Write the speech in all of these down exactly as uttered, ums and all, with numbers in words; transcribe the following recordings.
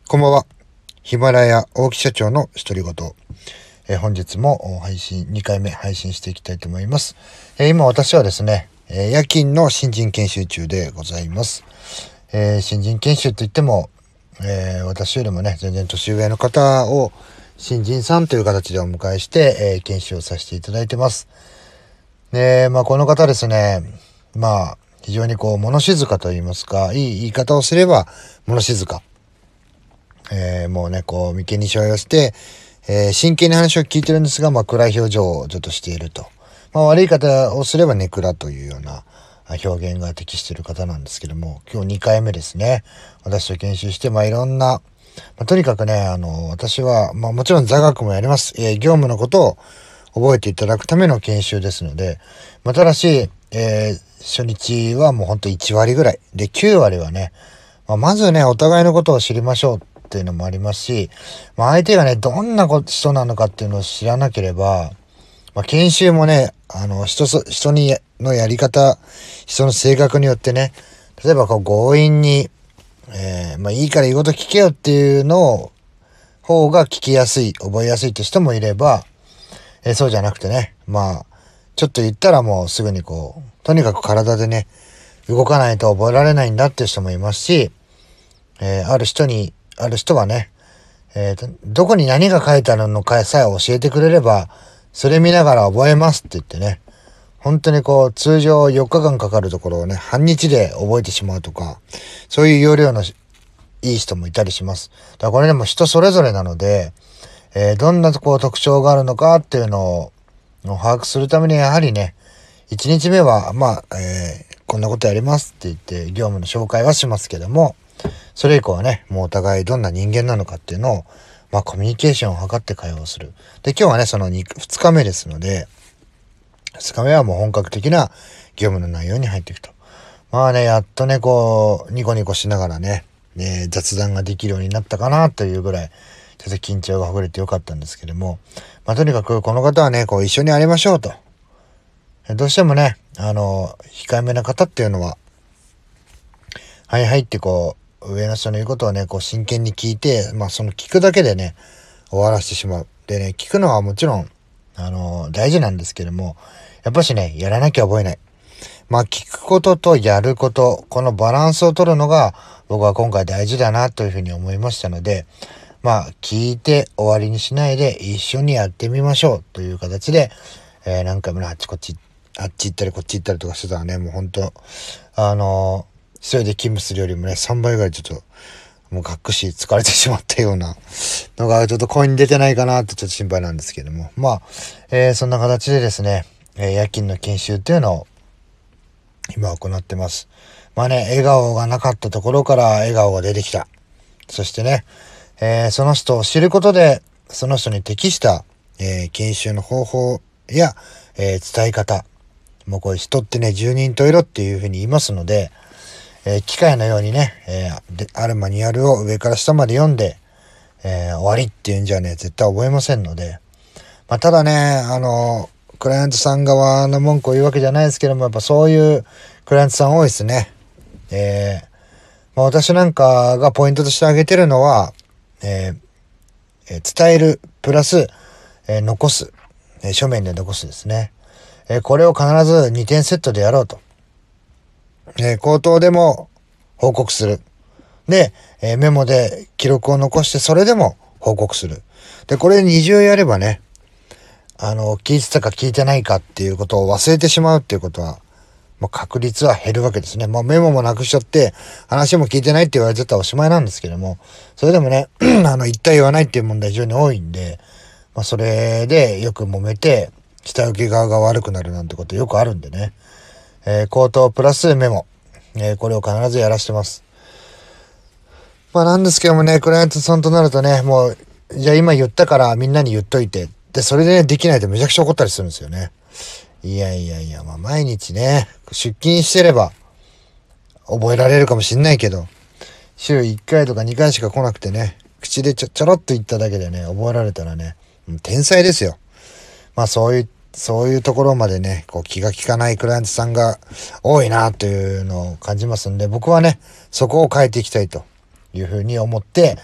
こんばんは。ヒマラヤ大木社長の独り言。えー、本日も配信、にかいめ配信していきたいと思います。えー、今私はですね、えー、夜勤の新人研修中でございます。えー、新人研修といっても、えー、私よりもね、全然年上の方を新人さんという形でお迎えして、えー、研修をさせていただいてます。で、まあこの方ですね、まあ非常にこう物静かと言いますか、いい言い方をすれば物静か。えー、もうね、こう、眉間にしわ寄せて、えー、真剣に話を聞いてるんですが、まあ、暗い表情をちょっとしていると。まあ、悪い方をすればネクラというような表現が適している方なんですけども、今日にかいめですね。私と研修して、まあ、いろんな、まあ、とにかくね、あの、私は、まあ、もちろん座学もやります。えー、業務のことを覚えていただくための研修ですので、まあ、ただし、えー、初日はもうほんといちわりぐらい。で、きゅうわりはね、まあ、まずね、お互いのことを知りましょう。っていうのもありますし、まあ、相手がね、どんな人なのかっていうのを知らなければ、まあ、研修もね、あの、人そ、人にのやり方、人の性格によってね、例えばこう強引に、えー、まあいいから言うこと聞けよっていうのを、方が聞きやすい、覚えやすいって人もいれば、えー、そうじゃなくてね、まあ、ちょっと言ったらもうすぐにこう、とにかく体でね、動かないと覚えられないんだっていう人もいますし、えー、ある人に、ある人はね、えーと、どこに何が書いてあるのかさえ教えてくれれば、それ見ながら覚えますって言ってね、本当にこう、通常よっかかんかかるところをね、半日で覚えてしまうとか、そういう要領のいい人もいたりします。だからこれでも人それぞれなので、えー、どんなこう特徴があるのかっていうのを把握するためにやはりね、いちにちめは、まあ、えー、こんなことやりますって言って業務の紹介はしますけども、それ以降はね、もうお互いどんな人間なのかっていうのを、まあコミュニケーションを図って会話をする。で、今日はね、その 2, 2日目ですので、ふつかめはもう本格的な業務の内容に入っていくと。まあね、やっとね、こう、ニコニコしながらね、ね雑談ができるようになったかなというぐらい、ちょっと緊張がほぐれてよかったんですけども、まあとにかくこの方はね、こう一緒に会いましょうと。どうしてもね、あの、控えめな方っていうのは、はいはいってこう、上の人の言うことをね、こう真剣に聞いて、まあその聞くだけでね、終わらせてしまう。でね、聞くのはもちろん、あの、大事なんですけども、やっぱしね、やらなきゃ覚えない。まあ聞くこととやること、このバランスを取るのが僕は今回大事だなというふうに思いましたので、まあ聞いて終わりにしないで一緒にやってみましょうという形で、えー、何回もね、あっちこっち、あっち行ったりこっち行ったりとかしてたらね、もうほんと、あのー、一人で勤務するよりもね、さんばいぐらいちょっと、もうがっくし疲れてしまったようなのが、ちょっと声に出てないかなってちょっと心配なんですけども。まあ、えー、そんな形でですね、えー、夜勤の研修っていうのを、今行ってます。まあね、笑顔がなかったところから笑顔が出てきた。そしてね、えー、その人を知ることで、その人に適した、えー、研修の方法や、えー、伝え方。もうこれ人ってね、十人十色っていうふうに言いますので、えー、機械のようにね、えー、であるマニュアルを上から下まで読んで、えー、終わりっていうんじゃね、絶対覚えませんので。まあ、ただね、あの、クライアントさん側の文句を言うわけじゃないですけども、やっぱそういうクライアントさん多いですね。えー、まあ、私なんかがポイントとして挙げてるのは、えーえー、伝える、プラス、えー、残す、えー、書面で残すですね。えー、これを必ずにてんセットでやろうと。えー、口頭でも報告する。で、えー、メモで記録を残してそれでも報告する。で、これ二重やればね、あの、聞いてたか聞いてないかっていうことを忘れてしまうっていうことは、まあ、確率は減るわけですね。まあ、メモもなくしちゃって、話も聞いてないって言われてたらおしまいなんですけども、それでもね、あの、言った言わないっていう問題非常に多いんで、まあ、それでよく揉めて、下請け側が悪くなるなんてことよくあるんでね。えー、口頭プラスメモ。えー、これを必ずやらしてます。まあなんですけどもね、クライアントさんとなるとね、もう、じゃあ今言ったからみんなに言っといて。で、それで、ね、できないとめちゃくちゃ怒ったりするんですよね。いやいやいや、まあ毎日ね、出勤してれば覚えられるかもしんないけど、週いっかいとかにかいしか来なくてね、口でちょ、ちょろっと言っただけでね、覚えられたらね、天才ですよ。まあそういう、そういうところまでね、こう気が利かないクライアントさんが多いなというのを感じますんで、僕はね、そこを変えていきたいというふうに思って、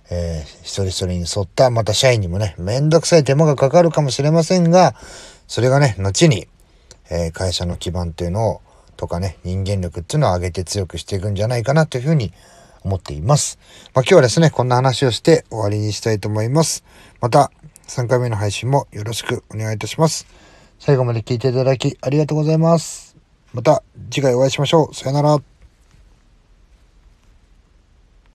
えー、一人一人に沿った、また社員にもね、めんどくさい手間がかかるかもしれませんが、それがね、後に、えー、会社の基盤っていうのを、とかね、人間力っていうのを上げて強くしていくんじゃないかなというふうに思っています。まあ今日はですね、こんな話をして終わりにしたいと思います。また、さんかいめの配信もよろしくお願いいたします。最後まで聞いていただきありがとうございます。また次回お会いしましょう。さよなら。